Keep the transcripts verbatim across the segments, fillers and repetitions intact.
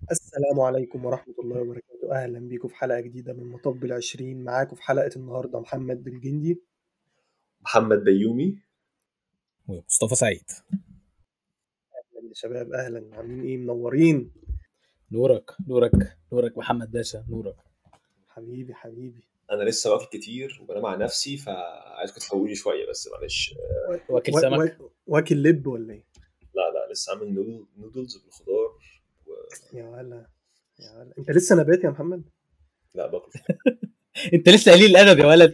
السلام عليكم ورحمة الله وبركاته. أهلا بيكم في حلقة جديدة من مطب العشرين. معاكم في حلقة النهاردة محمد بالجندي. محمد بيومي ومصطفى سعيد. أهلا يا شباب، أهلا، عاملين إيه؟ منورين. نورك نورك نورك محمد باشا، نورك حبيبي حبيبي. انا لسه واكل كتير وبنام مع نفسي، فعايزكم تفوقوني شويه بس معلش. و- واكل و- سمك. و- واكل لب ولا إيه؟ لا لا لسه عامل نودل نودلز بالخضار و... يا ولا يا ولا أنت لسه نبات يا محمد؟ لا باكل. انت لسه قليل الادب يا ولد.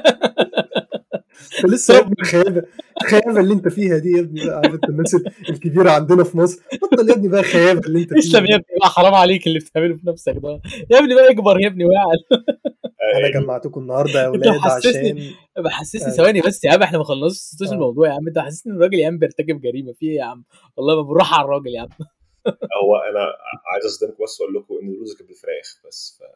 أنت لسه يا ابني الخيابة الخيابة اللي أنت فيها دي يا ابني بقى. عارف الناس الكبيرة عندنا في مصر، بطل يا ابني بقى الخيابة اللي أنت فيها. اسلم يا ابني بقى، حرام عليك اللي بتعمله في نفسك ده يا ابني بقى، اكبر يا ابني واعل. أنا جمعتكم النهاردة يا انت أولاد محسسني عشان بحسسني آه، ثواني بس يا عم، احنا ما خلصناش آه. الموضوع يا عم. انت حسسني ان الراجل يا عم بيرتكب جريمه في ايه يا عم؟ والله ما بروح على الراجل يا عم. هو انا عايز اصدمكم بس اقول لكم ان الرز كان بالفراخ بس ف...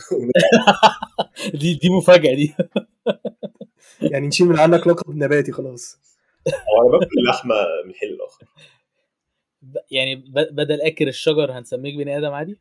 دي دي مفاجاه دي. يعني نشيل من عنك لقب نباتي خلاص. هو انا باكل اللحمه من الحين الاخر. ب- يعني ب- بدل اكل الشجر هنسميك بني ادم عادي.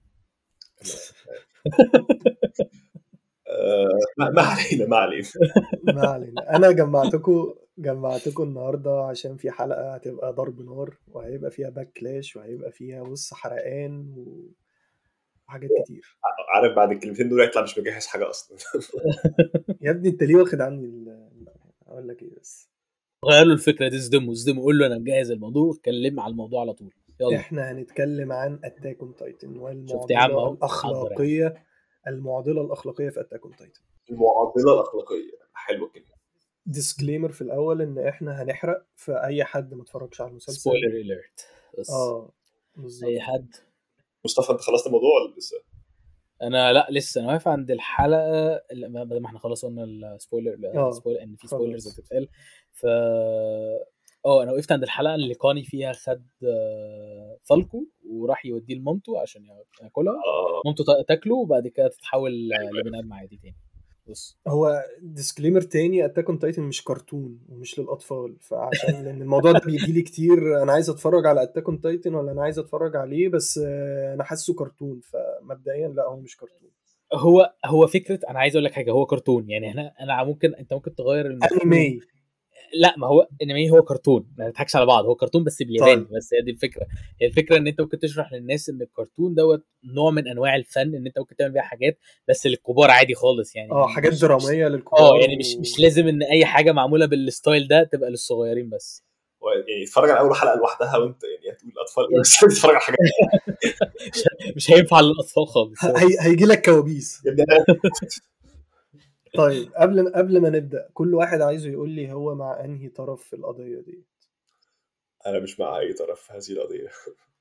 آه، ما ما علينا ما علينا. ما علينا. انا جمعتكم جمعتكم النهارده عشان في حلقه هتبقى ضرب نار، وهيبقى فيها باك كلاش، وهيبقى فيها بص حرقان وحاجات كتير. عارف بعد الكلمتين دول هيطلع مش مجهز حاجه اصلا. يا ابني انت ليه واخد عني ال- اقول لك ايه بس. غير له الفكره دي، اصدمه اصدمه، قول له انا مجهز الموضوع واتكلم على الموضوع على طول. يلا. احنا هنتكلم عن اتاك اون تايتن شفت يا عم والمعضله اهو، حاضر الاخلاقيه المعضله الاخلاقيه في اتاك اون تايتن. المعضله الاخلاقيه حلوه كده. ديسكليمر في الاول ان احنا هنحرق في اي حد ما اتفرجش على المسلسل. سبويلر اليرت بس. اه بالظبط. اي حد. مصطفى انت خلصت الموضوع ولا لسه؟ انا لا لسه، انا واقف عند الحلقه اللي ما بدل ما احنا خلاص قلنا السبويلر، اه السبويلر ان في خلاص. سبويلرز هتتقال. ف اه انا وقفت عند الحلقه اللي كاني فيها خد آه، فالكو وراح يوديه لمامته عشان ياكلها. اه مامته تا- تاكله وبعد كده تتحول آه، لبني ادم عادي تاني. بص هو ديسكليمر تاني، اتاك اون تايتن مش كرتون ومش للاطفال، فعشان لان الموضوع ده بيجي لي كتير، انا عايز اتفرج على اتاك اون تايتن ولا انا عايز اتفرج عليه، بس آه، انا حاسه كرتون، فمبدئيا لا هو مش كرتون. هو هو فكره، انا عايز اقول لك حاجه، هو كرتون يعني احنا انا ممكن انت ممكن تغير المفهوم. انمي. لا ما هو انمي، هو كرتون، ما نضحكش على بعض، هو كرتون بس بالياباني. طيب. بس هي دي الفكره. هي الفكره ان انت ممكن تشرح للناس ان الكرتون دوت نوع من انواع الفن، ان انت ممكن تعمل بيها حاجات بس للكبار عادي خالص يعني. اه حاجات مش مش دراميه اه للكبار يعني مش و... مش لازم ان اي حاجه معموله بالستايل ده تبقى للصغيرين بس. يعني اتفرج على اول حلقه لوحدها وانت يعني هتقول الاطفال إيه، بس تتفرج على حاجات مش- مش هينفع للاطفال خالص. هي... هيجي لك كوابيس. يا ابني أنا- طيب قبل قبل ما نبدا، كل واحد عايزه يقول لي هو مع انهي طرف في القضيه دي. انا مش مع اي طرف في هذه القضيه.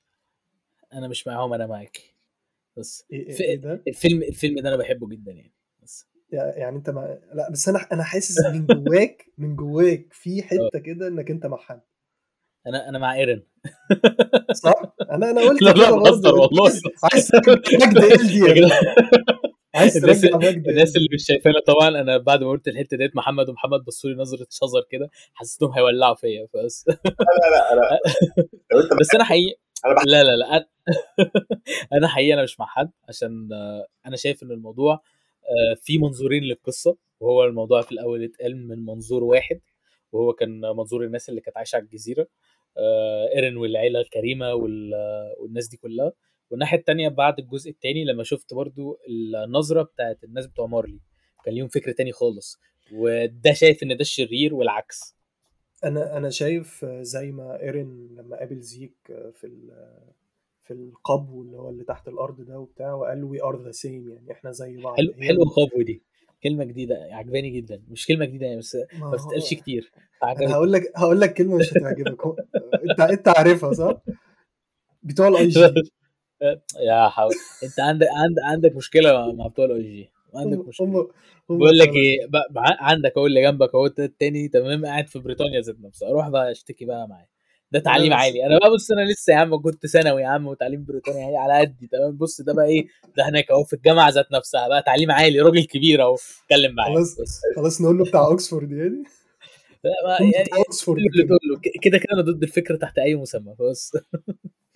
انا مش معاهم، انا معاك بس. ايه, إيه, في إيه ده؟ الفيلم الفيلم ده انا بحبه جدا يعني بس. يعني انت مع... لا بس انا انا حاسس من جواك من جواك في حته كده انك انت مع حد. انا انا مع ايرن. صح. انا انا قلت لا لا كده بهزر برضه. والله. عايز عايز ترجع مجد إلدي يا يا جدع، باشا. عايز الناس ترجع مجد الناس إلدي. اللي مش شايفانا طبعا، انا بعد ما قلت الحته ديت محمد ومحمد بصوا لي نظره شظر كده، حسيتهم هيولعوا فيا بس. لا لا انا لو انت بس انا حقيقي انا بحب لا لا لا أنا- انا حقيقي انا مش مع حد، عشان آه، انا شايف ان الموضوع آه، في منظورين للقصه، وهو الموضوع في الاول اتقال من منظور واحد، وهو كان منظور الناس اللي كانت عايشه على الجزيره، آه، ايرين والعيله الكريمه وال- والناس دي كلها. والناحيه التانية بعد الجزء التاني لما شفت برضو النظره بتاعت الناس بتوع مارلي، كان ليهم فكر تاني خالص، وده شايف ان ده الشرير والعكس. انا انا شايف زي ما ايرين لما قابل زيك في ال... في القبو اللي هو اللي تحت الارض ده وبتاع، وقال وي ار ذا سيم، يعني احنا زي بعض. حلو هي حلو ال... الخطوه دي، كلمه جديده عجباني جدا، مش كلمه جديده يعني بس ما ما بتتقالش هو كتير انا هقول فعجبتني. لك هقول لك كلمه مش هتعجبك. هو... انت انت عارفها صح؟ بتوع الاي جي. يا حول، انت عندك عند عندك مشكله مع مع بتوع الاي جي، عندك هم مشكله. هم هم بقول بتوع لك الاي ايه جي. بقى، مع- عندك اهو اللي جنبك اهو التاني تمام قاعد في بريطانيا ذات نفسه، اروح بقى اشتكي بقى معاه. ده لا تعليم بس عالي. انا بقى بص، انا لسه يا عم كنت ثانوي يا عم، وتعليم بريطانيا هي على قدي تمام. بص ده بقى ايه، ده هناك اهو في الجامعه ذات نفسها بقى تعليم عالي، راجل كبير اهو اتكلم معاه خلاص بس. خلاص نقول له بتاع اوكسفورد يعني. لا، ما- هم يعني بتوع اوكسفورد اللي كده. تقول له ك- كده كده انا ضد الفكره تحت اي مسمى بس. تمام.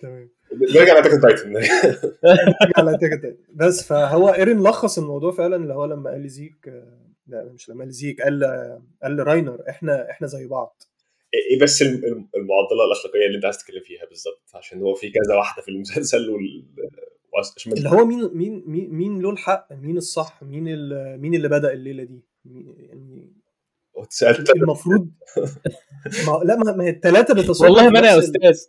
نرجع لاتاك تايتن. على تكتك بس. فهو ايرين لخص الموضوع فعلا، اللي هو لما قال لي زيك، لا مش لما قال لي زيك، قال قال لراينر احنا احنا زي بعض. ايه بس المعضله الاخلاقيه اللي انت عايز تتكلم فيها بالظبط؟ عشان هو في كذا واحده في المسلسل وال... اللي هو مين مين مين مين له الحق، مين الصح، مين ال... مين اللي بدأ الليله دي يعني. وتسالت المفروض ما لا ما, ما الثلاثه بيتصوروا والله ما انا يا استاذ.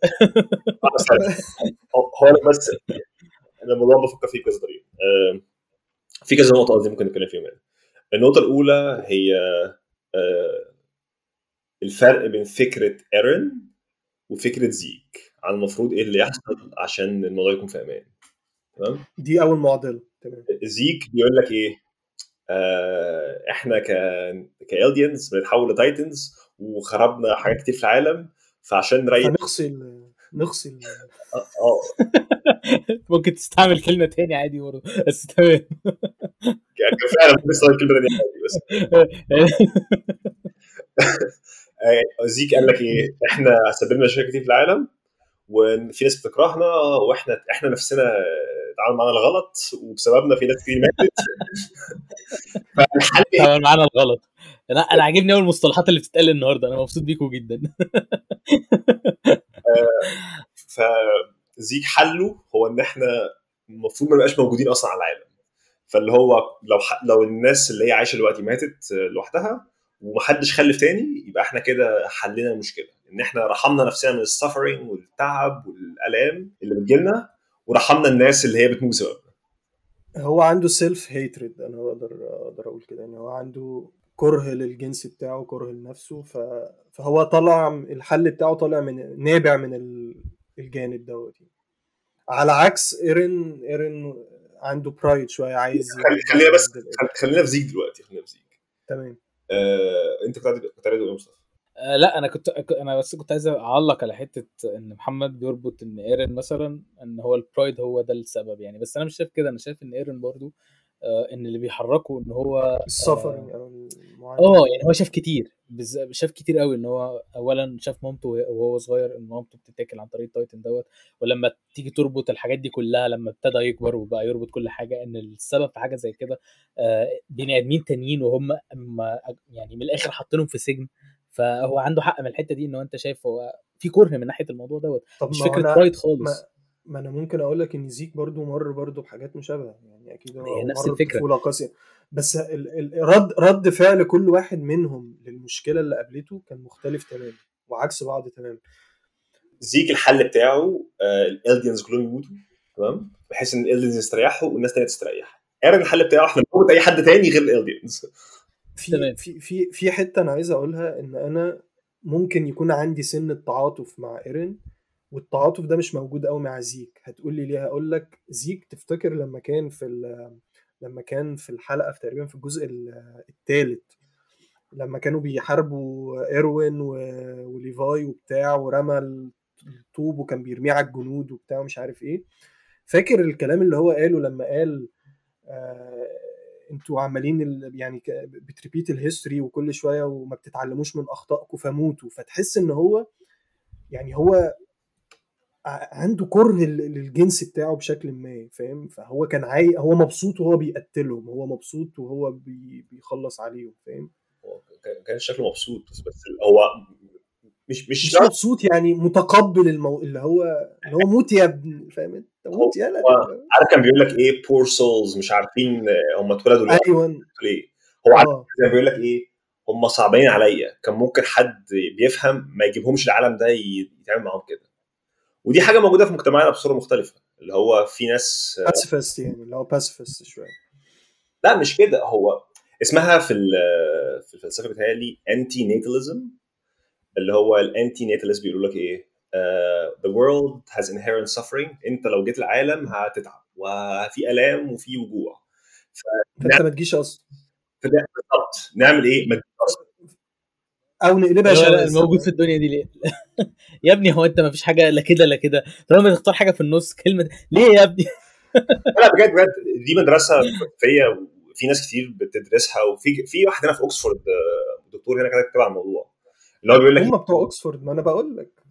هو انا بس انا الموضوع بفكر فيه كذا طريقه. في كذا نقطه قصدي ممكن نتكلم فيهم. النقطه الاولى هي الفرق بين فكره ايرين وفكره زيك عن المفروض ايه اللي يحصل عشان الموضوع يكون في امان. تمام، دي اول معضله. تمام، زيك بيقول لك ايه؟ آه احنا ك كالديانز بنتحول لتايتنز وخربنا حاجات كتير في العالم، فعشان نريح فنغسل نغسل اه اه ممكن تستعمل كلمه تاني عادي برضه بس تمام. يعني فعلا بس الكلمه دي عادي بس. زيك قال لك ايه؟ احنا سببنا مشاكل كتير في العالم وفي ناس بتكرهنا واحنا احنا نفسنا تعامل معنا الغلط وبسببنا في ناس كتير ماتت. فالحل تعامل معنا الغلط. انا انا عاجبني اول المصطلحات اللي بتتقال النهارده، انا مبسوط بيكم جدا. فزيك حله هو ان احنا المفروض ما نبقاش موجودين اصلا على العالم. فاللي هو لو لو الناس اللي هي عايشه دلوقتي ماتت لوحدها ومحدش خلف تاني، يبقى احنا كده حلينا المشكله، ان احنا رحمنا نفسنا من السفرينج والتعب والالام اللي بتجيلنا ورحمنا الناس اللي هي بتموت بسببنا. هو عنده سيلف هيتريد، انا اقدر اقدر اقول كده، ان هو عنده كره للجنس بتاعه، كره لنفسه. ف... فهو طلع الحل بتاعه طالع من نابع من الجانب دوت، على عكس ايرين. ايرين عنده برايد شويه، عايز خلينا بس خلينا في زيك دلوقتي. خلينا في زيك. تمام. آه، انت كنت كنت عايز تقول مصطفى؟ آه لا انا كنت انا بس كنت عايز اعلق على حته ان محمد بيربط ان ايرين مثلا ان هو البرايد هو ده السبب يعني، بس انا مش شايف كده. انا شايف ان ايرين برضو آه ان اللي بيحركه ان هو السفرنج اه, او آه يعني هو شاف كتير، شاف كتير قوي ان هو اولا شاف مامته وهو صغير ان مامته بتتاكل عن طريق التايتن دوت، ولما تيجي تربط الحاجات دي كلها لما ابتدى يكبر وبقى يربط كل حاجه ان السبب في حاجه زي كده آه بني ادمين تانيين وهم يعني من الاخر حاطينهم في سجن. فهو عنده حق من الحته دي، انه انت شايف هو في كره من ناحيه الموضوع دوت، مش فكره برايد خالص. ما, ما انا ممكن اقول لك ان زيك برضو مر برضو بحاجات مشابهه يعني، اكيد هي نفس مر الفكره بطفوله قاسيه، بس ال ال رد رد فعل كل واحد منهم للمشكله اللي قابلته كان مختلف تماما وعكس بعض تماما. زيك الحل بتاعه الالديانز كلهم يموتوا، تمام، بحيث ان الالديانز يستريحوا والناس تانية تستريح. ايرين الحل بتاعه احنا نموت اي حد تاني غير الالديانز. في في في في حته انا عايز اقولها، ان انا ممكن يكون عندي سن التعاطف مع ايرين، والتعاطف ده مش موجود قوي مع زيك. هتقول لي ليه؟ هقول لك زيك تفتكر لما كان في لما كان في الحلقه في تقريبا في الجزء الثالث لما كانوا بيحاربوا ايروين وليفاي وبتاع، ورمى الطوب وكان بيرميه على الجنود وبتاع مش عارف ايه. فاكر الكلام اللي هو قاله لما قال آه انتوا عمالين يعني بتريبيت الهيستوري وكل شويه وما بتتعلموش من اخطائكم فموتوا. فتحس ان هو يعني هو عنده كره للجنس بتاعه بشكل ما، فاهم؟ فهو كان عاي هو مبسوط وهو بيقتلهم، هو مبسوط وهو بي... بيخلص عليهم، فاهم؟ هو كان شكله مبسوط، بس هو مش مش, مش مبسوط يعني، متقبل المو... اللي هو اللي هو موت يا ابني، فاهم انت؟ موت يا لا. عارف كان بيقول لك ايه؟ بور سولز مش عارفين هم اتولدوا ليه. ايوه ليه هو عارف كان بيقول لك ايه؟ هم صعبين عليا، كان ممكن حد بيفهم ما يجيبهمش العالم ده يتعامل معاهم كده. ودي حاجه موجوده في مجتمعنا بصوره مختلفه، اللي هو في ناس باسيفست يعني، اللي هو باسيفست شويه. لا مش كده، هو اسمها في في الفلسفه بتاعي انتي ناتاليزم، اللي هو الانتي ناتاليست بيقولوا لك ايه؟ uh, the world has inherent suffering. انت لو جيت العالم هتتعب وفي الام وفي وجوع، فانت ما تجيش اصلا. بالظبط، نعمل ايه؟ ما تجيش اصلا او نقلبها شواذ. الموجود في الدنيا دي ليه؟ يا ابني هو انت ما فيش حاجه لا كده لا كده، طالما تختار حاجه في النص كلمه ليه يا ابني؟ لا بجد بجد دي مدرسه فيا وفي ناس كتير بتدرسها، وفي في واحد هنا في اوكسفورد دكتور هنا كده كتب عن الموضوع، اللي هو بيقول لك هم بتوع اوكسفورد. ما انا بقول لك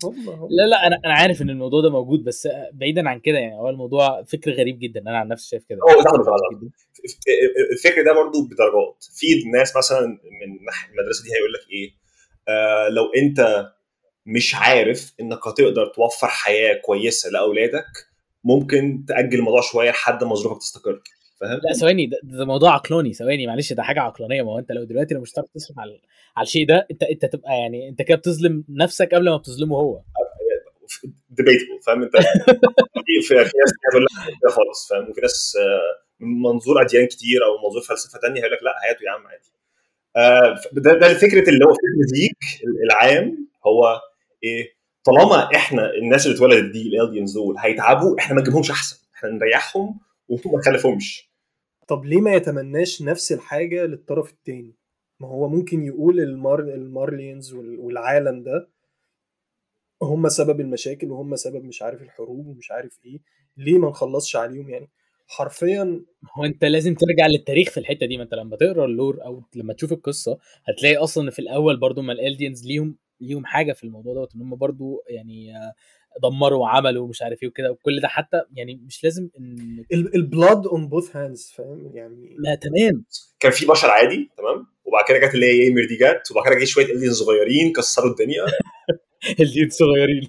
هم هم لا لا انا انا عارف ان الموضوع ده موجود، بس بعيدا عن كده يعني هو الموضوع فكر غريب جدا. انا عن نفسي شايف كده هو يعني ده فكر بالظبط. غريب جدا. الفكر ده برضو بدرجات. في ناس مثلا من ناحيه المدرسه دي هيقول لك ايه، آه لو انت مش عارف انك هتقدر توفر حياه كويسه لاولادك ممكن تاجل الموضوع شويه لحد ما ظروفك تستقر، فاهم؟ لا ثواني، ده, ده موضوع عقلاني. ثواني معلش، ده حاجه عقلانيه. ما هو انت لو دلوقتي لو مش هتعرف تصرف على على الشيء ده، انت انت تبقى يعني انت كده بتظلم نفسك قبل ما بتظلمه هو. ديبيتبل، فاهم انت؟ في في ناس بتقول لك كده خالص، فاهم؟ وفي ناس آه، من منظور اديان كتير او منظور فلسفه ثانيه هيقول لك لا هاته يا عم عادي. آه، ده ده الفكره اللي هو في المزيك العام هو ايه، طالما احنا الناس اللي اتولدت دي الالينز دول هيتعبوا، احنا ما نجيبهمش احسن، احنا نريحهم وما نخلفهمش. طب ليه ما يتمناش نفس الحاجة للطرف التاني؟ ما هو ممكن يقول المار المارلينز وال- والعالم ده هم سبب المشاكل وهم سبب مش عارف الحروب ومش عارف ايه، ليه ما نخلصش عليهم يعني حرفيا. هو انت لازم ترجع للتاريخ في الحته دي. ما انت لما تقرا اللور او لما تشوف القصه هتلاقي اصلا في الاول برضو ما الالديانز ليهم ليهم حاجه في الموضوع دوت، ان هم برضو يعني آه، دمروا وعملوا ومش عارف ايه وكده وكل ده. حتى يعني مش لازم ان البلاد اون بوث هاندز، فاهم يعني. ما تمام. كان في بشر عادي تمام، وبعد كده جت اللي هي ييمر دي جت، وبعد كده جه شويه الينز صغيرين كسروا الدنيا. الجين صغيرين.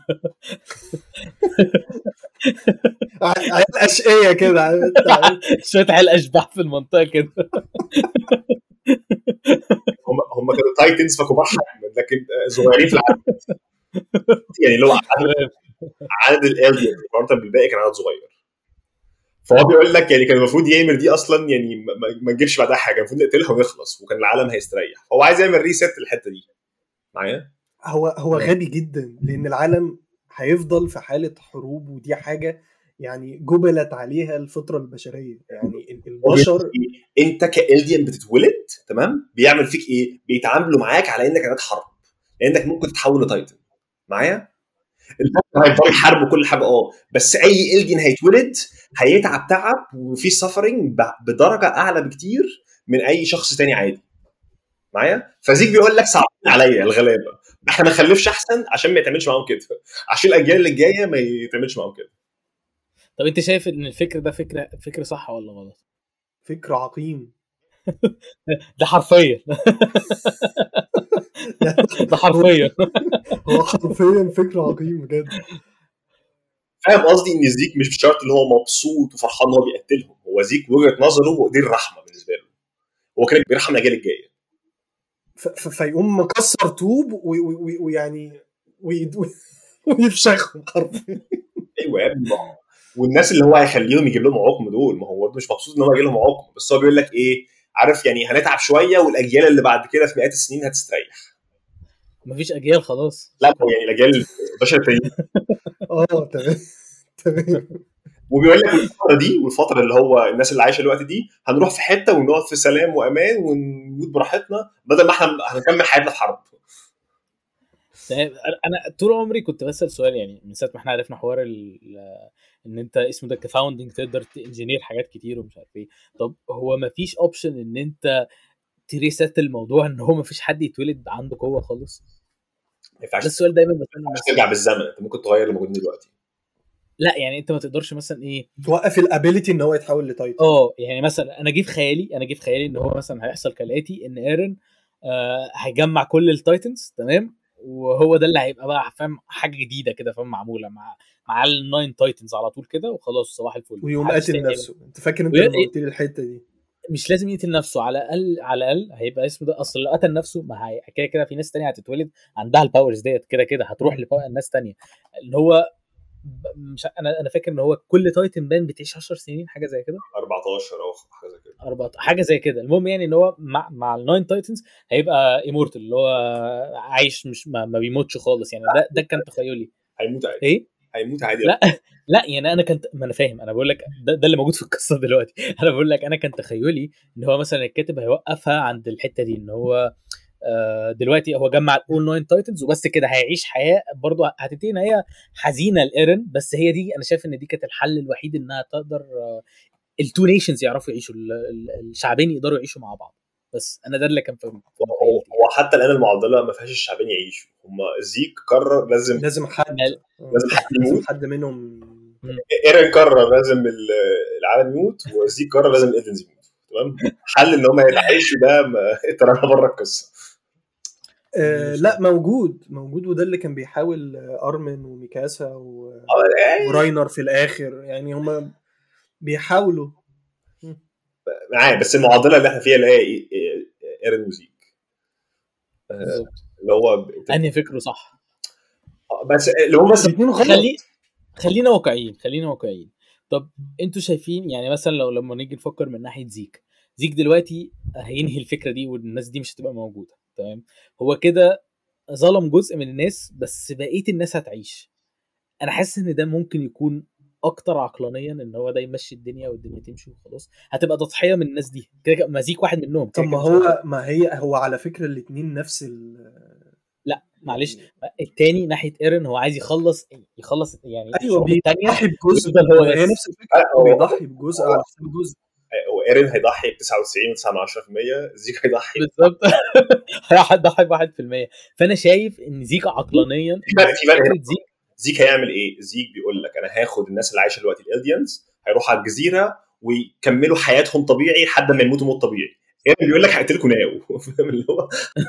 عيال اشقيه كده، عارف انت، عارف. شويه عيال اشباح في المنطقه كده. هم هم كانوا تايتنز فكبار حجما لكن آه، صغيرين في العدد. يعني لو عدد تمام. عدد الالينز مقارنه بالباقي كان عدد صغير. فهو بيقول لك يعني كان المفروض يعمل دي اصلا يعني ما- ما ما نجيبش بعدها حاجه، المفروض نقتلها ونخلص وكان العالم هيستريح. هو عايز يعمل ريست الحته دي معايا. هو هو تمام. غبي جدا، لان العالم هيفضل في حاله حروب، ودي حاجه يعني جبلت عليها الفطره البشريه، يعني ال- هو بيقول البشر. لك إيه؟ انت كالديان بتتولد تمام، بيعمل فيك ايه، بيتعاملوا معاك على انك اداه حرب، لانك ممكن تتحول لتايتن معايا. البشر هيفضلوا يحاربوا كل حاجه اه، بس اي الدين هيتولد هيتعب تعب وفي سفرنج بدرجه اعلى بكتير من اي شخص تاني عادي معايا. فزيك بيقول لك صعبين عليا الغلابه، احنا ما نخلفش احسن عشان ما يتعملش معاهم كده، عشان الاجيال اللي جايه ما يتعملش معاهم كده. طب انت شايف ان الفكر ده فكره فكر صح ولا غلط؟ فكر عقيم. ده حرفيا. يعني ده هو حرفيا. هو حرفيا فكر عقيم بجد. فاهم قصدي؟ ان زيك مش بشرط اللي هو مبسوط وفرحان ان هو بيقتلهم، هو زيك وجهه نظره ودي الرحمه بالنسبه له، هو كان بيرحم الاجيال الجايه. ف- ف- فيقوم مكسر طوب و- و- و- ويعني ويد- ويفشخهم حرفيا. ايوه يا ابني، ما هو- والناس اللي هو هيخليهم يجيب لهم عقم دول، ما هو برضه مش مبسوط ان هو يجي لهم عقم، بس هو بيقول لك ايه، عارف يعني هنتعب شويه والاجيال اللي بعد كده في مئات السنين هتستريح. مفيش اجيال خلاص، لا هو شكرا. يعني الاجيال البشر التانيين. اه تمام تمام. وبيقول لك الفتره دي والفتره اللي هو الناس اللي عايشه الوقت دي هنروح في حته ونقعد في سلام وامان ونموت براحتنا بدل ما احنا هنكمل حياتنا في حرب. تمام. انا طول عمري كنت بسال سؤال، يعني من ساعه ما احنا عرفنا حوار ال... ان انت اسمه ده كفاوندنج تقدر تنجينير حاجات كتير ومش عارف ايه. طب هو ما فيش اوبشن ان انت تريست الموضوع، ان هو ما فيش حد يتولد عنده قوه خالص؟ ما ينفعش ده السؤال دايما بساله الناس. ترجع بالزمن، انت ممكن تغير اللي موجود دلوقتي. لا يعني انت ما تقدرش مثلا ايه، توقف الابيليتي ان هو يتحول لتايتن. اه يعني مثلا انا جه في خيالي انا جه في خيالي ان هو مثلا هيحصل كالاتي، ان ايرن آه هيجمع كل التايتنز تمام، وهو ده اللي هيبقى بقى فاهم حاجه جديده كده، فاهم، معموله مع مع الناين تايتنز على طول كده وخلاص صباح الفل. ويقوم محدش قاتل تاني هيبقى. نفسه. انت فاكر انت وي... لما قلت لي الحته دي؟ مش لازم يقتل نفسه، على الاقل على الاقل هيبقى اسمه ده. اصل لو قتل نفسه ما هي كده كده في ناس تانية هتتولد عندها الباورز ديت، كده كده هتروح لناس تانية. اللي هو ب- مش انا انا فاكر ان هو كل تايتن بان بتعيش عشر سنين حاجه زي كده، أربعتاشر او حاجه زي كده. أربعة حاجه زي كده. المهم يعني ان هو مع مع الناين تايتنز هيبقى ايمورتال، اللي هو عايش مش ما, ما بيموتش خالص يعني. ده ده كان تخيلي. هيموت عادي، ايه هيموت عادي. لا لا يعني انا كنت، ما انا فاهم، انا بقول لك ده, ده اللي موجود في القصه دلوقتي. انا بقول لك انا كان تخيلي ان هو مثلا الكاتب هيوقفها عند الحته دي، ان هو آه، دلوقتي هو جمع الاول ناين تايتنز وبس كده، هيعيش حياه برضه هتنتهي نهايه حزينه لايرن. بس هي دي انا شايف ان دي كانت الحل الوحيد انها تقدر آه، التو نيشنز يعرفوا يعيشوا، ال- ال- الشعبين يقدروا يعيشوا مع بعض. بس انا ده اللي كان في هو مخيلتي. هو حتى الان المعضله ما فيهاش الشعبين يعيشوا، هم زيك قرر لازم لازم حد يعني لازم حد لازم يموت، حد منهم. ايرين قرر لازم ال- العالم يموت، وزيك قرر لازم الايدنز يموت. تمام، حل ان هم يتعايشوا ده ما- اترمى بره القصه. آه مش لا موجود موجود، وده اللي كان بيحاول آه، ارمن وميكاسا و... اه يعني وراينر في الاخر، يعني هم بيحاولوا. م. معايا، بس المعضله اللي احنا فيها اللي هي إيه- إيه- ايرين وزيك، بالظبط اللي هو ب- انهي فكره صح. بس اللي هو بس الاثنين غلط. خلي خلينا واقعيين خلينا واقعيين طب انتوا شايفين يعني مثلا لو لما نيجي نفكر من ناحيه زيك زيك دلوقتي هينهي الفكره دي والناس دي مش هتبقى موجوده، تمام؟ هو كده ظلم جزء من الناس بس بقيه الناس هتعيش. انا حاسس ان ده ممكن يكون اكتر عقلانيا ان هو ده يمشي الدنيا والدنيا تمشي وخلاص، هتبقى تضحيه من الناس دي كده كده، ما زيك واحد منهم طب كده ما كده مش هيقدر. هو ما هي هو على فكره الاثنين نفس ال لا معلش، يعني التاني ناحيه ايرن هو عايز يخلص يخلص يعني ايوه الشعوب التانيه بيضحي بجزء، ويفضل هو هي بس. نفس الفكره، لا، هو هو بيضحي بجزء هو على حساب جزء. هو ايرين هيضحي ب تسعة وتسعين فاصلة تسعة عشرة بالمية، زيك هيضحي بالظبط هيضحي بواحد في المية. فانا شايف ان زيك عقلانيا في فرق في فرق هنا. فكره زيك زيك هيعمل ايه؟ زيك بيقول لك انا هاخد الناس اللي عايشه دلوقتي الالديانز، هيروحوا على الجزيره ويكملوا حياتهم طبيعي لحد ما يموتوا موت طبيعي. ايرين بيقول لك هقتلكم ناو. فاهم اللي هو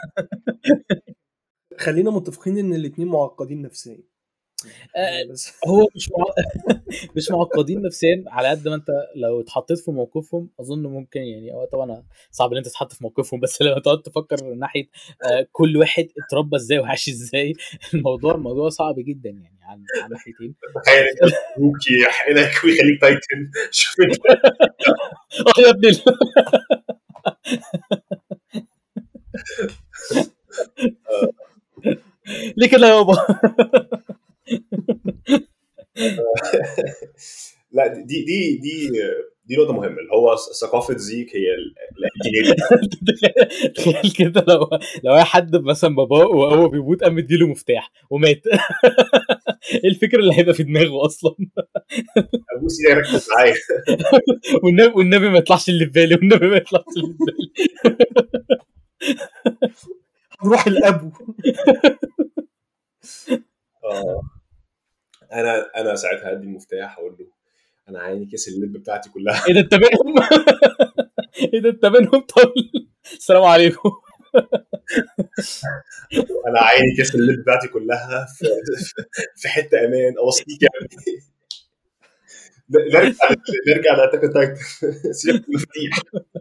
خلينا متفقين ان الاثنين معقدين نفسيا. آه، بس هو مش مع... مش معقدين نفسيا على قد ما انت لو اتحطيت في موقفهم اظن ممكن يعني. هو طبعا صعب ان انت تتحط في موقفهم، بس لما تقعد تفكر من ناحيه آه، كل واحد اتربى ازاي وعاش ازاي الموضوع الموضوع صعب جدا يعني عن عن ناحيتين. تخيل انت ابوك يحقنك ويخليك تايتن. شوف انت اه يا ابني ليه كده يابا؟ لا، دي دي دي دي نقطه مهمه، اللي هو ثقافه زيك هي الانتينيتي. تخيل كده لو لو اي حد مثلا باباه وهو بيموت قام مديله مفتاح ومات ايه الفكره اللي هيبقى في دماغه اصلا؟ ابوسي ده يركز معايا. والنبي والنبي ما يطلعش اللي في بالي والنبي ما يطلعش اللي في بالي. هنروح الابو. اه انا انا ساعتها هدي المفتاح اقول له انا عيني كيس اللب بتاعتي كلها. ايه ده انت منهم؟ ايه ده انت منهم؟ طب السلام عليكم. انا عيني كيس اللب بتاعتي كلها في في حته امان اوصيك يا ابني. نرجع نرجع لاتاك تايتن. سيبك من المفاتيح.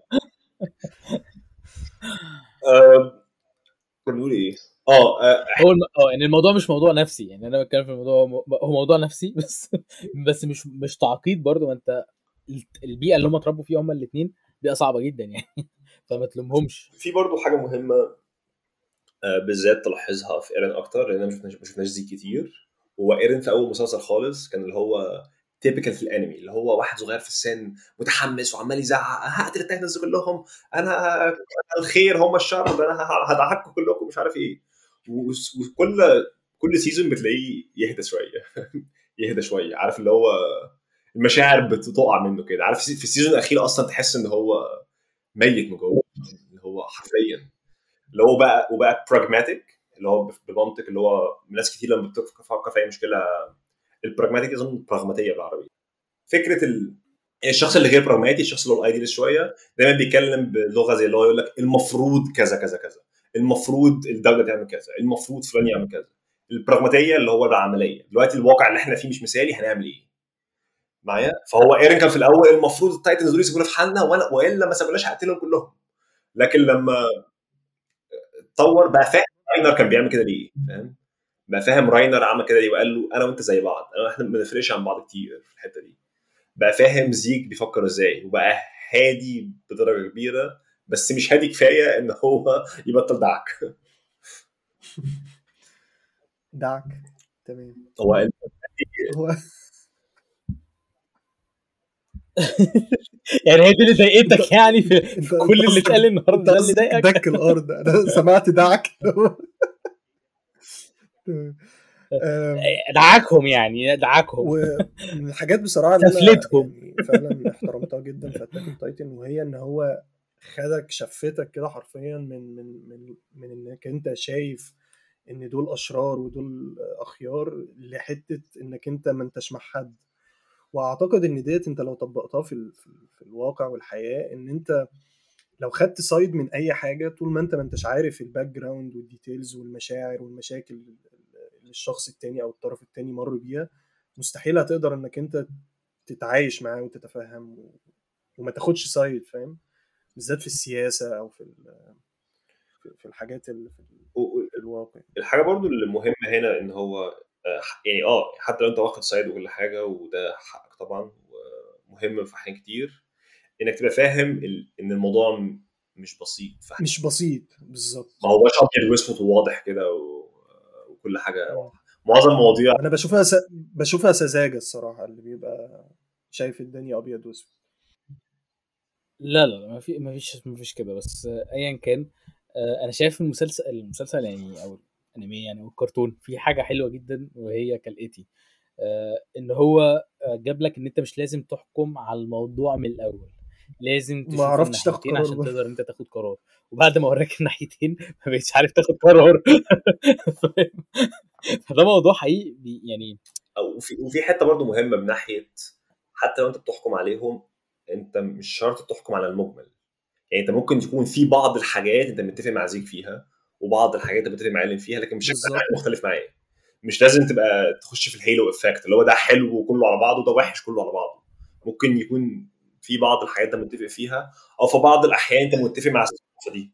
آه، كنا بنقول ايه؟ اه آه، هو الم... اه يعني الموضوع مش موضوع نفسي، يعني انا بتكلم في الموضوع هو مو- هو موضوع نفسي بس بس مش مش تعقيد برضو. ما انت البيئه اللي هم اتربوا فيها هم الاثنين بيئه صعبه جدا يعني فما تلومهمش. في برضو حاجه مهمه آه، بالذات تلاحظها في ايرين اكتر، لان مش مش شفناش زي كتير. هو ايرين في اول مسلسل خالص كان اللي هو تيبيكال في الانمي، اللي هو واحد صغير في السن متحمس وعمال يزعق هقتل التايتنز كلهم، انا أنا الخير هم الشر، ده انا هضحككم كلكم مش عارف ايه. وكل كل سيزون بتلاقيه يهدى شويه. يهدى شويه، عارف اللي هو المشاعر بتقع منه كده. عارف في السيزون الاخير اصلا تحس ان هو ميت من جوه، اللي هو حرفيا اللي هو بقى وبقى براجماتيك، اللي هو بمنطق، اللي هو ناس كتير لما بتفكر في اي مشكله البراجماتيك اظن براغماتيه بالعربي. فكره ال... الشخص اللي غير براغماتي، الشخص اللي هو الايديال شويه دايما بيتكلم بلغه زي اللي هو يقول لك المفروض كذا كذا كذا، المفروض الدوله تعمل كذا، المفروض فلان يعمل كذا. البراغماتيه اللي هو العمليه، دلوقتي الواقع اللي احنا فيه مش مثالي، هنعمل ايه معايا؟ فهو ايرين كان في الاول المفروض التايتنز دول يسيبونا في حالنا، وانا والا ما سابوناش هقتلهم كلهم. لكن لما اتطور بقى فاهم راينر كان بيعمل كده ليه، فاهم؟ بقى فاهم راينر عمل كده ليه، وقال له انا وانت زي بعض، انا احنا ما بنفرقش عن بعض كتير في الحته دي. بقى فاهم زيك بيفكر ازاي، وبقى هادي بدرجه كبيره، بس مش هادي كفايه ان هو يبطل دعك. دعك تمام. هو هو يعني هي دي اللي ضايقتك يعني في, في انت كل اللي قصدك اتقال النهارده انت ده اللي قصدك ضايقك؟ دك الارض، انا سمعت دعك. آم، دعاكهم يعني دعاكهم ومن الحاجات بصراحه اللي انا سفلتهم. يعني فعلا احترمتها جدا في اتاك اون تايتن، وهي ان هو خدك شفتك كده حرفيا من من من من انك انت شايف ان دول اشرار ودول اخيار، لحته انك انت ما انتش مع حد. واعتقد ان ديت انت لو طبقتها في ال- في ال- في الواقع والحياه، ان انت لو خدت سايد من اي حاجه، طول ما انت ما انتش عارف الباك جراوند والديتيلز والمشاعر والمشاكل اللي الشخص التاني او الطرف التاني مر بيها، مستحيل هتقدر انك انت تتعايش معاه وتتفهم و- وما تاخدش سايد، فاهم؟ بالذات في السياسه او في ال- في في الحاجات اللي في ال- في الواقع. الحاجه برضو اللي مهمه هنا ان هو آه، يعني اه حتى لو انت واخد سايد وكل حاجه وده حقك طبعا ومهم في حاجات كتير، انك تبقى فاهم ال- ان الموضوع م- مش بسيط. مش بسيط بالظبط. ما هوش ابيض واسود وواضح كده و- وكل حاجه مم. واضحه. معظم المواضيع انا بشوفها س... بشوفها سذاجه الصراحه، اللي بيبقى شايف الدنيا ابيض واسود. لا لا لا، ما في ما فيش ما فيش كده، بس آه، ايا كان. آه، انا شايف المسلسل المسلسل يعني او الانمي يعني او الكرتون في حاجه حلوه جدا، وهي كالاتي. آه، ان هو آه، جاب لك ان انت مش لازم تحكم على الموضوع من الاول، لازم ما تشوف عرفتش تاخد الناحيتين قرار عشان برضه. تقدر انت تاخد قرار. وبعد ما وراك الناحيتين ما بقتش عارف تاخد قرار. فاهم؟ فده موضوع حقيقي بي- يعني او في وفي حته برضو مهمه من ناحيه حتى لو انت بتحكم عليهم، انت مش شرط تحكم على المجمل. يعني انت ممكن يكون في بعض الحاجات انت متفق مع زيك فيها، وبعض الحاجات انت متفق مع ايلين فيها، لكن مش شرط بالظبط. مختلف معايا. مش لازم تبقى تخش في الهيلو افكت اللي هو ده حلو وكله على بعضه وده وحش كله على بعضه. ممكن يكون في بعض الحاجات انت متفق فيها، او في بعض الاحيان انت متفق مع الثقافه دي.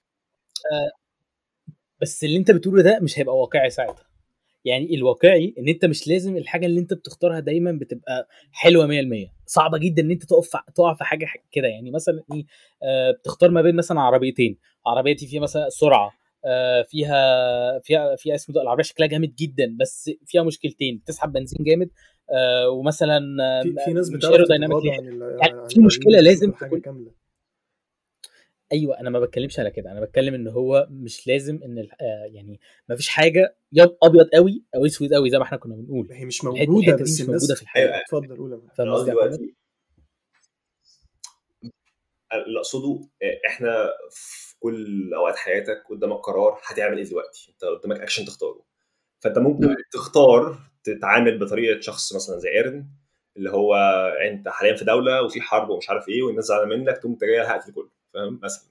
بس اللي انت بتقوله ده مش هيبقى واقعي ساعتها. يعني الواقعي ان انت مش لازم الحاجه اللي انت بتختارها دايما بتبقى حلوه مية بالمية. صعبه جدا ان انت تقف تقع في حاجه كده. يعني مثلا ايه، آه بتختار ما بين مثلا عربيتين، عربيتي فيها مثلا سرعه، آه فيها فيها فيها اسمه ده العربيه شكلها جامد جدا بس فيها مشكلتين، بتسحب بنزين جامد، آه ومثلا آه في في ناس مش بتعرف ايرودايناميكلي تتغاضى حلو. عن ال... يعني عن في العيوب مشكله وتشوف لازم الحاجه تكون. كامله. ايوه انا ما بتكلمش على كده، انا بتكلم ان هو مش لازم ان ال- آه يعني ما فيش حاجه يا ابيض قوي او اسود قوي زي ما احنا كنا بنقول. هي مش الحته موجوده، الحته دي بس مش موجوده في الناس. ايوه، الحقيقه. اتفضل قول يا محمد. فاهم انا قصدي قصدي يا محمد؟ دلوقتي اللي اقصده آه، احنا في كل اوقات حياتك قدامك قرار هتعمل ايه دلوقتي، انت قدامك اكشن تختاره. فانت ممكن تختار تتعامل بطريقه شخص مثلا زي ايرن، اللي هو انت حاليا في دوله وفي حرب ومش عارف ايه والناس زعلانه منك، تقوم انت جاي هقتل كله، فاهم مثلا.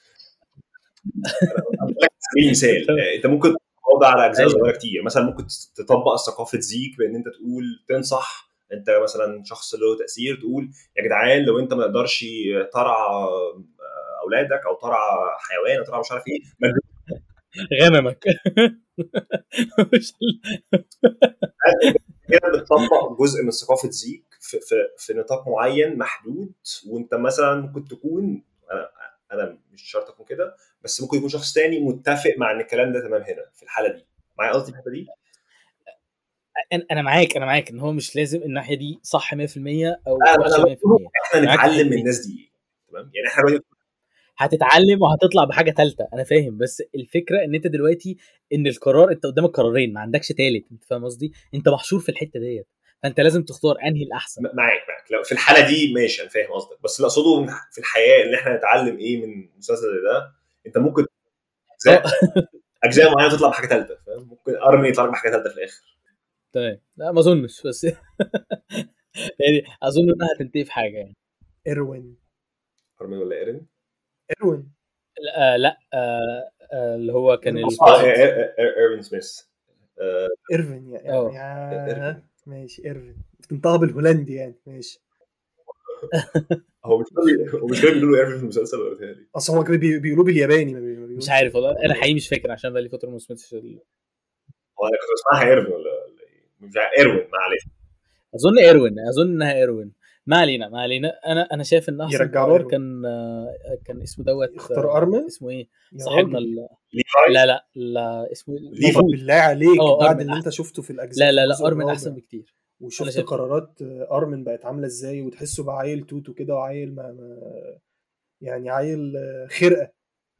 سبيل المثال تمام. آه، انت ممكن تتوضع على اجزاء ايوه صغيره كتير. مثلا ممكن تطبق ثقافه زيك بان انت تقول تنصح انت مثلا شخص له تاثير، تقول يا جدعان لو انت ما تقدرش ترعى آه، اولادك او ترعى حيوان او ترعى مش عارف ايه ما تجيبش. غنمك. مش كده بتطبق جزء من ثقافه زيك في, في, في نطاق معين محدود. وانت مثلا ممكن تكون انا انا مش شرط اكون كده، بس ممكن يكون شخص تاني متفق مع ان الكلام ده تمام هنا في الحاله دي. معايا قصدي في الحته دي؟ انا أنا معاك انا معاك ان هو مش لازم الناحيه دي صح مية بالمية او انا وحشه انا مية بالمية. احنا انا معاك في نتعلم الحته من دي. الناس دي. تمام، يعني احنا دلوقتي هتتعلم وهتطلع بحاجه ثالثه، انا فاهم. بس الفكره ان انت دلوقتي ان القرار انت قدامك قرارين، ما عندكش ثالث. انت فاهم قصدي؟ انت محشور في الحته ديت، فانت لازم تختار انهي الاحسن. معاك معاك لو في الحاله دي ماشي، انا فاهم قصدك. بس اللي اقصده في الحياه ان احنا نتعلم ايه من مسلسل زي ده. انت ممكن اه. اجزاء اجزاء معينه تطلع بحاجه ثالثه، فاهم؟ ممكن ارمي يطلع لك بحاجه ثالثه في الاخر. تمام، لا ما اظنش بس. يعني اظن انها هتنتهي في حاجه يعني. ايروين. ارمي ولا ايرن؟ ايروين. لا لا آه آه اللي هو كان ايروين اه سميث. القائد. ايرن سميث. آه، ايرفين يا اه يا ايرفين. ماشي ايرفين، بتنطق بالهولندي يعني. ماشي. هو مش مش هو فاكر، مش كده بيقولوا ايرفين في المسلسل ولا بيتهيألي؟ اصل هو بي- بيقولوا بالياباني، ما بي- ما مش بيقولش عارف والله، انا بالهولندي. حقيقي مش فاكر عشان بقى لي فتره ما سمعتش ال... هو انا كنت بسمعها ايرفين ولا ولا ايه؟ مش عارف. ايروين ما عليه. اظن ايروين اظن انها ايروين. ما علينا ما علينا. انا انا شايف ان احسن يرجعوا قرار ايروين. كان آه، كان اسمه دوت اختار آه، ارمن. اسمه ايه يا صاحبنا راجل. ال... ليفاي. لا لا لا اسمه إيه؟ ليفاي. طب موجود. بالله عليك، اه بعد ارمن اللي انت احسن. شفته في الاجزاء لا في لا لا الجزء ارمن احسن الرابع، بكتير. انا وشفت شايف كده. قرارات ارمن بقت عامله ازاي، وتحسه بقى عيل توتو كده، وعيل ما, ما يعني عيل خرقه.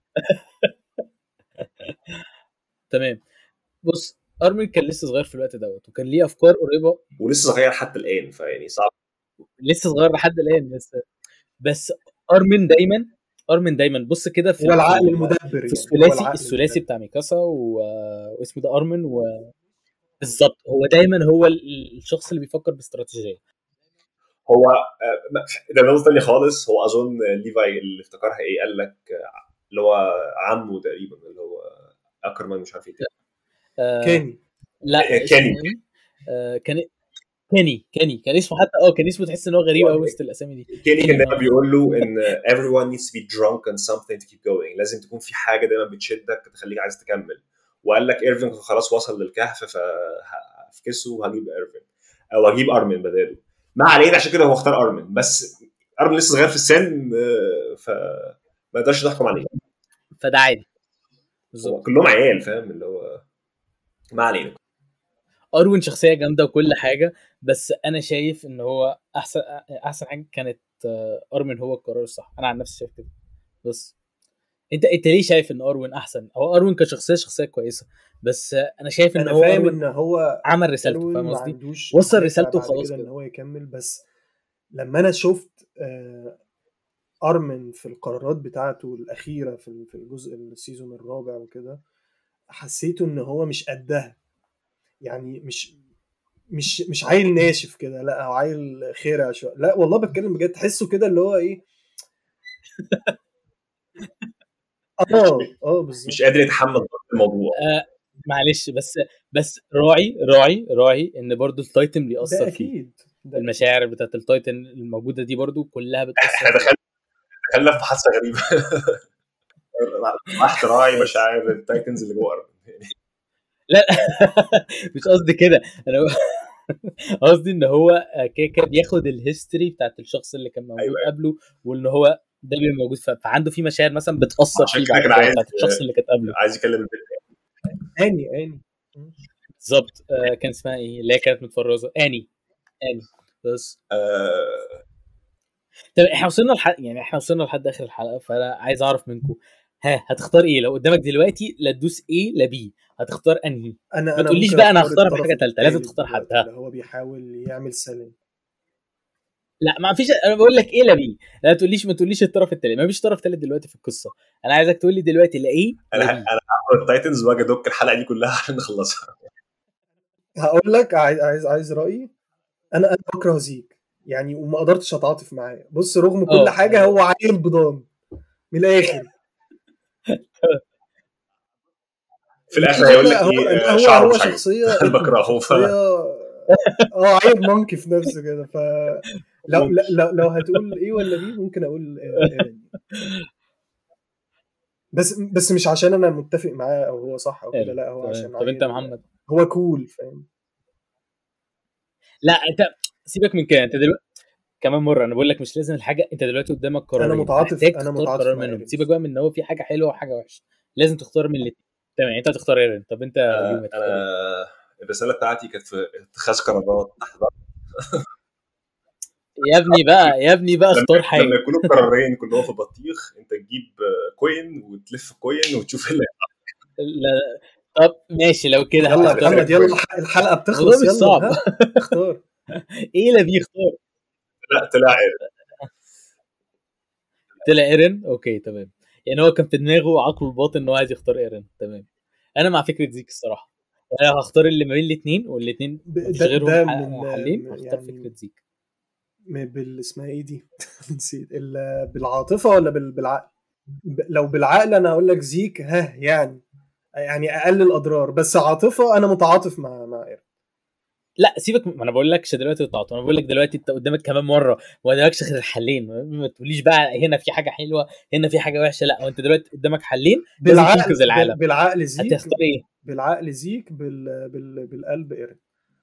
تمام. بص، ارمن كان لسه صغير في الوقت دوت وكان ليه افكار قريبه. ولسه صغير حتى الان، فيعني صعب. لسه صغير لحد الان بس. بس ارمن دايما ارمن دايما بص كده في هو العقل في, المدبر في يعني، الثلاثي هو الثلاثي بتاع ميكاسا و... واسمه ده ارمن و... بالظبط هو دايما هو الشخص اللي بيفكر باستراتيجيه. هو ده نقطه ثانيه خالص. هو اظن ليفاي اللي افتكرها ايه قال لك اللي هو عمه تقريبا اللي هو اكرمان مش عارف ايه آه كاني لا كاني ايه آه كان كاني كاني كان اسمه حتى اه كان اسمه تحس ان هو غريب قوي وسط الاسامي دي. كاني كان دايما بيقول له ان everyone needs to be drunk on something to keep going. لازم تكون في حاجه دايما بتشدك تخليك عايز تكمل. وقال لك ايرفين خلاص وصل للكهف فهفكسه وهجيب ايرفين او هجيب ارمن بداله. ما علينا عشان كده هو اختار ارمن. بس ارمن لسه صغير في السن فما نقدرش نحكم عليه. فده عادي بالظبط. كلهم عيال فاهم اللي هو ما علينا. اروين شخصيه جامده وكل حاجه بس انا شايف ان هو احسن احسن حاجه كانت ارمن هو القرار الصح. انا عن نفسي شايف كده. بس انت انت ليه شايف ان اروين احسن؟ هو اروين كشخصيه شخصيه كويسه بس انا شايف ان أنا هو فاهم ان هو عمل رسالته فاهم ما قصدي عندوش وصل رسالته بعد خلاص كده كده ان هو يكمل. بس لما انا شفت آه ارمن في القرارات بتاعته الاخيره في في الجزء السيزون الرابع وكده حسيته ان هو مش قدها يعني مش مش مش عيل ناشف كده لا هو عيل خيرة شويه. لا والله بتكلم بجد تحسه كده اللي هو ايه اه اه بالظبط مش قادر يتحمل الموضوع. آه معلش بس بس راعي راعي راعي ان برضو التايتن بيأثر ده فيه. اكيد ده المشاعر بتاعت التايتن الموجوده دي برضو كلها بتأثر احنا دخلنا دخلنا في حادثه غريبه. راح تراعي مشاعر التايتنز اللي جوه ارمن. لا مش قصدي كده. انا قصدي ان هو كده بياخد الهيستوري بتاعت الشخص اللي كان موجود أيوة. قبله وان هو ده اللي موجود فعنده في مشاعر مثلا بتاثر فيه بعد كده بتاعت الشخص اللي كانت قبله. عايز يكلم البنت اني اني بالظبط. آه كان اسمها ايه اللي هي كانت متفرزه اني اني بس آه... طب احنا وصلنا لحد يعني احنا وصلنا لحد اخر الحلقه فانا عايز اعرف منكم ها هتختار ايه لو قدامك دلوقتي لا تدوس ايه لا بي هتختار انهي؟ انا ما تقوليش بقى انا هختار بحاجه ثالثه لازم تختار حد. ها اللي هو بيحاول يعمل سلام. لا ما فيش. انا بقول لك ايه لا بي. لا تقوليش ما تقوليش الطرف الثالث. ما فيش طرف ثالث دلوقتي في القصه. انا عايزك تقول لي دلوقتي لا ايه انا انا هاخد التايتنز واجي ادك الحلقه دي كلها عشان نخلصها. هقول لك عايز عايز عايز رايي. انا انا بكره زيك يعني وما قدرتش اتعاطف معاه. بص رغم كل أوه. حاجه هو عيل بضان من الاخر. في الاخر هيقول لك ايه هو شعره هو مش شخصيه بكرهه شخصيه اه عيل مونكي في نفسه كده. ف لو لو لو هتقول ايه ولا بيه ممكن اقول ايرين. بس بس مش عشان انا متفق معاه او هو صح او كده لا هو عشان طب انت محمد هو كول فاهم. لا انت سيبك من كده. انت دلوقتي كمان مره انا بقول لك مش لازم الحاجه. انت دلوقتي قدامك قرارين انا متعاطف انا متعاطف قرار منهم. سيبك بقى من ان هو في حاجه حلوه وحاجه وحشه. لازم تختار من الاثنين. تمام انت هتختار ايرين. طب انت انا, أنا الرساله بتاعتي كانت في اتخاذ قرارات تحت ضغط. يا ابني بقى يا ابني بقى اختار حاجه. لما يكونوا قرارين كلهم في بطيخ انت تجيب كوين وتلف كوين وتشوف اللي لا طب ماشي لو كده يلا محمد يلا الحلقه بتخلص يلا صعب. اختار ايه لا بيختار. لا طلع ايرين. طلع ايرين اوكي تمام. يعني هو كان في دماغه عقله الباطن ان هو عايز يختار ايرين. تمام انا مع فكره زيك الصراحه. انا هختار اللي ما بين الاثنين والاثنين مفيش غيرهم حلين. هختار يعني فكره زيك بال اسمها ايه دي نسيت بالعاطفه ولا بالعقل. لو بالعقل انا اقول لك زيك ها يعني يعني اقل الاضرار. بس عاطفه انا متعاطف مع مع ايرين. لا سيبك ما انا بقول لكش دلوقتي التعاطف. انا بقول لك دلوقتي انت قدامك كمان مره وما قدامكش غير الحلين. ما تقوليش بقى هنا في حاجه حلوه هنا في حاجه وحشه. لا وانت دلوقتي قدامك حلين لازم تنقذ العالم. بالعقل زيك هتختار ايه؟ بالعقل زيك بال... بال... بالقلب ايرين.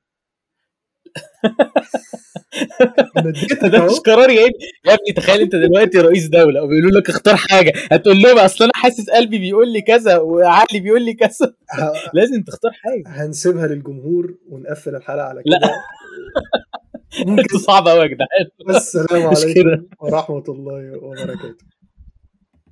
ده مش قرار يا ابني. يا ابني تخيل انت دلوقتي رئيس دوله وبيقولوا لك اختار حاجه هتقول لهم اصل انا حاسس قلبي بيقول لي كذا وعقلي بيقول لي كذا. لازم تختار حاجه. هنسيبها للجمهور ونقفل الحلقه على كده. لا ممكن صعب قوي يا جدعان. السلام عليكم ورحمه الله وبركاته.